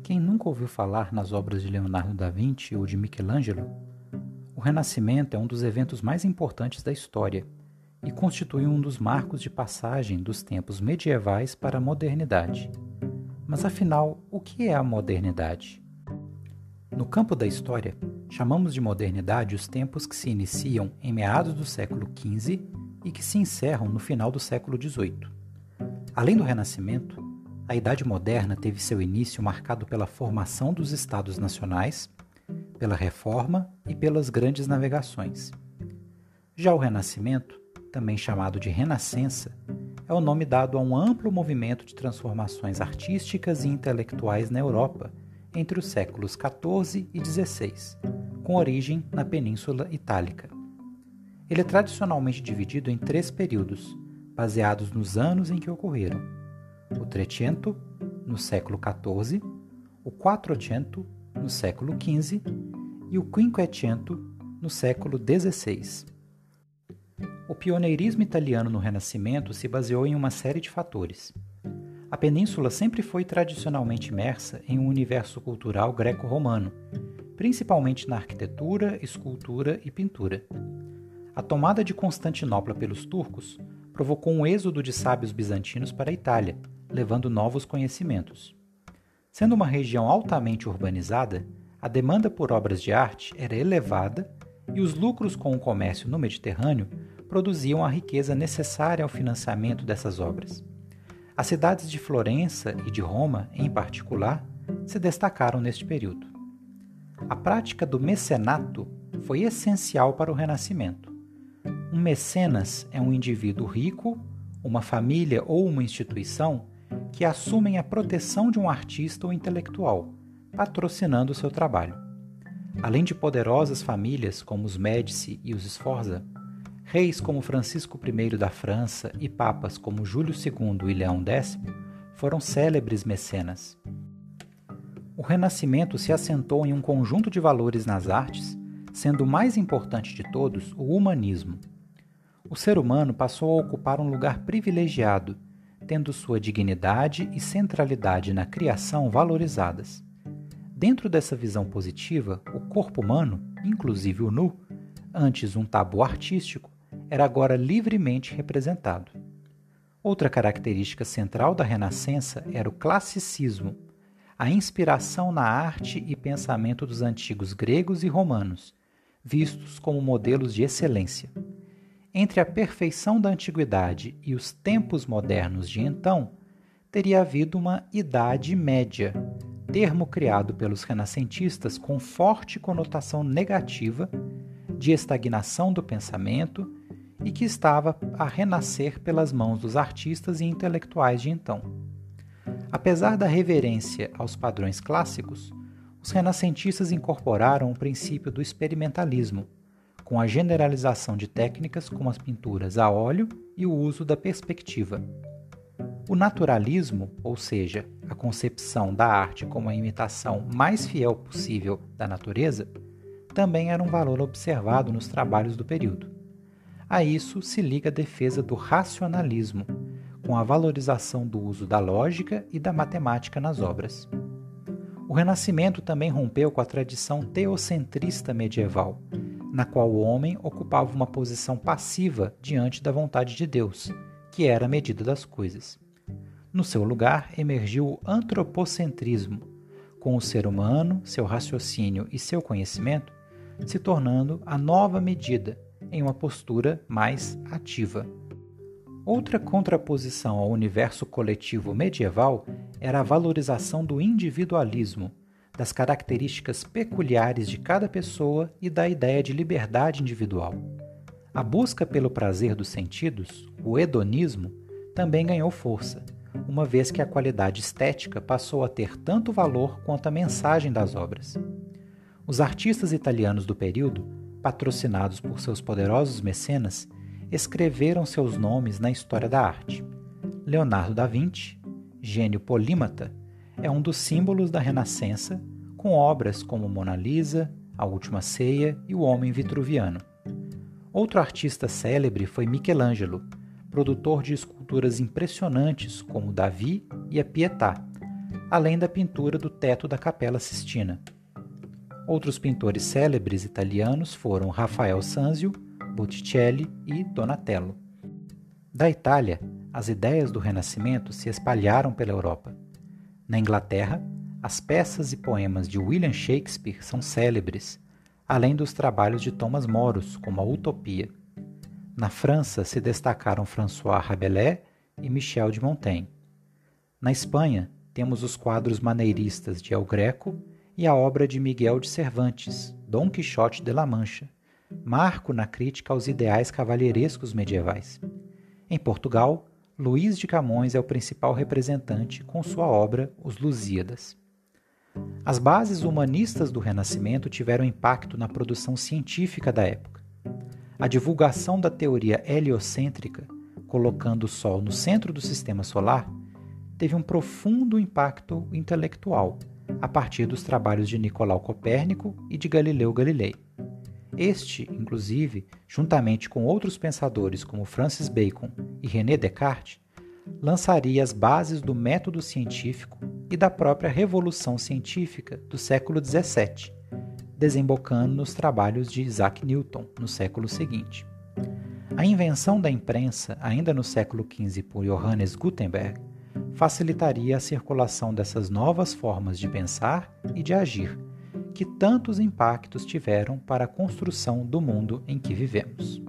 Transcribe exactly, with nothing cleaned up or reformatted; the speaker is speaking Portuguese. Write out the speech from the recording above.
Quem nunca ouviu falar nas obras de Leonardo da Vinci ou de Michelangelo? O Renascimento é um dos eventos mais importantes da história e constitui um dos marcos de passagem dos tempos medievais para a modernidade. Mas afinal, o que é a modernidade? No campo da história, chamamos de modernidade os tempos que se iniciam em meados do século quinze e que se encerram no final do século dezoito. Além do Renascimento, a Idade Moderna teve seu início marcado pela formação dos Estados Nacionais, pela Reforma e pelas grandes navegações. Já o Renascimento, também chamado de Renascença, é o nome dado a um amplo movimento de transformações artísticas e intelectuais na Europa entre os séculos quatorze e dezesseis, com origem na Península Itálica. Ele é tradicionalmente dividido em três períodos, baseados nos anos em que ocorreram: o Trecento, no século quatorze, o Quattrocento, no século quinze e o Quinquecento, no século dezesseis. O pioneirismo italiano no Renascimento se baseou em uma série de fatores. A península sempre foi tradicionalmente imersa em um universo cultural greco-romano, principalmente na arquitetura, escultura e pintura. A tomada de Constantinopla pelos turcos provocou um êxodo de sábios bizantinos para a Itália, levando novos conhecimentos. Sendo uma região altamente urbanizada, a demanda por obras de arte era elevada e os lucros com o comércio no Mediterrâneo produziam a riqueza necessária ao financiamento dessas obras. As cidades de Florença e de Roma, em particular, se destacaram neste período. A prática do mecenato foi essencial para o Renascimento. Um mecenas é um indivíduo rico, uma família ou uma instituição que assumem a proteção de um artista ou intelectual, patrocinando o seu trabalho. Além de poderosas famílias como os Médici e os Sforza, reis como Francisco I da França e papas como Júlio segundo e Leão décimo foram célebres mecenas. O Renascimento se assentou em um conjunto de valores nas artes, sendo o mais importante de todos o humanismo. O ser humano passou a ocupar um lugar privilegiado, tendo sua dignidade e centralidade na criação valorizadas. Dentro dessa visão positiva, o corpo humano, inclusive o nu, antes um tabu artístico, era agora livremente representado. Outra característica central da Renascença era o classicismo, a inspiração na arte e pensamento dos antigos gregos e romanos, vistos como modelos de excelência. Entre a perfeição da antiguidade e os tempos modernos de então, teria havido uma Idade Média, termo criado pelos renascentistas com forte conotação negativa, de estagnação do pensamento e que estava a renascer pelas mãos dos artistas e intelectuais de então. Apesar da reverência aos padrões clássicos, os renascentistas incorporaram o princípio do experimentalismo, com a generalização de técnicas como as pinturas a óleo e o uso da perspectiva. O naturalismo, ou seja, a concepção da arte como a imitação mais fiel possível da natureza, também era um valor observado nos trabalhos do período. A isso se liga a defesa do racionalismo, com a valorização do uso da lógica e da matemática nas obras. O Renascimento também rompeu com a tradição teocentrista medieval, na qual o homem ocupava uma posição passiva diante da vontade de Deus, que era a medida das coisas. No seu lugar emergiu o antropocentrismo, com o ser humano, seu raciocínio e seu conhecimento se tornando a nova medida em uma postura mais ativa. Outra contraposição ao universo coletivo medieval era a valorização do individualismo, das características peculiares de cada pessoa e da ideia de liberdade individual. A busca pelo prazer dos sentidos, o hedonismo, também ganhou força, uma vez que a qualidade estética passou a ter tanto valor quanto a mensagem das obras. Os artistas italianos do período, patrocinados por seus poderosos mecenas, escreveram seus nomes na história da arte. Leonardo da Vinci, gênio polímata, é um dos símbolos da Renascença, com obras como Mona Lisa, A Última Ceia e O Homem Vitruviano. Outro artista célebre foi Michelangelo, produtor de esculturas impressionantes como Davi e a Pietà, além da pintura do teto da Capela Sistina. Outros pintores célebres italianos foram Rafael Sanzio, Botticelli e Donatello. Da Itália, as ideias do Renascimento se espalharam pela Europa. Na Inglaterra, as peças e poemas de William Shakespeare são célebres, além dos trabalhos de Thomas Moros, como a Utopia. Na França se destacaram François Rabelais e Michel de Montaigne. Na Espanha, temos os quadros maneiristas de El Greco e a obra de Miguel de Cervantes, Dom Quixote de la Mancha, marco na crítica aos ideais cavalheirescos medievais. Em Portugal, Luís de Camões é o principal representante com sua obra Os Lusíadas. As bases humanistas do Renascimento tiveram impacto na produção científica da época. A divulgação da teoria heliocêntrica, colocando o Sol no centro do sistema solar, teve um profundo impacto intelectual, a partir dos trabalhos de Nicolau Copérnico e de Galileu Galilei. Este, inclusive, juntamente com outros pensadores como Francis Bacon e René Descartes, lançaria as bases do método científico e da própria revolução científica do século dezessete, desembocando nos trabalhos de Isaac Newton no século seguinte. A invenção da imprensa, ainda no século quinze por Johannes Gutenberg, facilitaria a circulação dessas novas formas de pensar e de agir, que tantos impactos tiveram para a construção do mundo em que vivemos.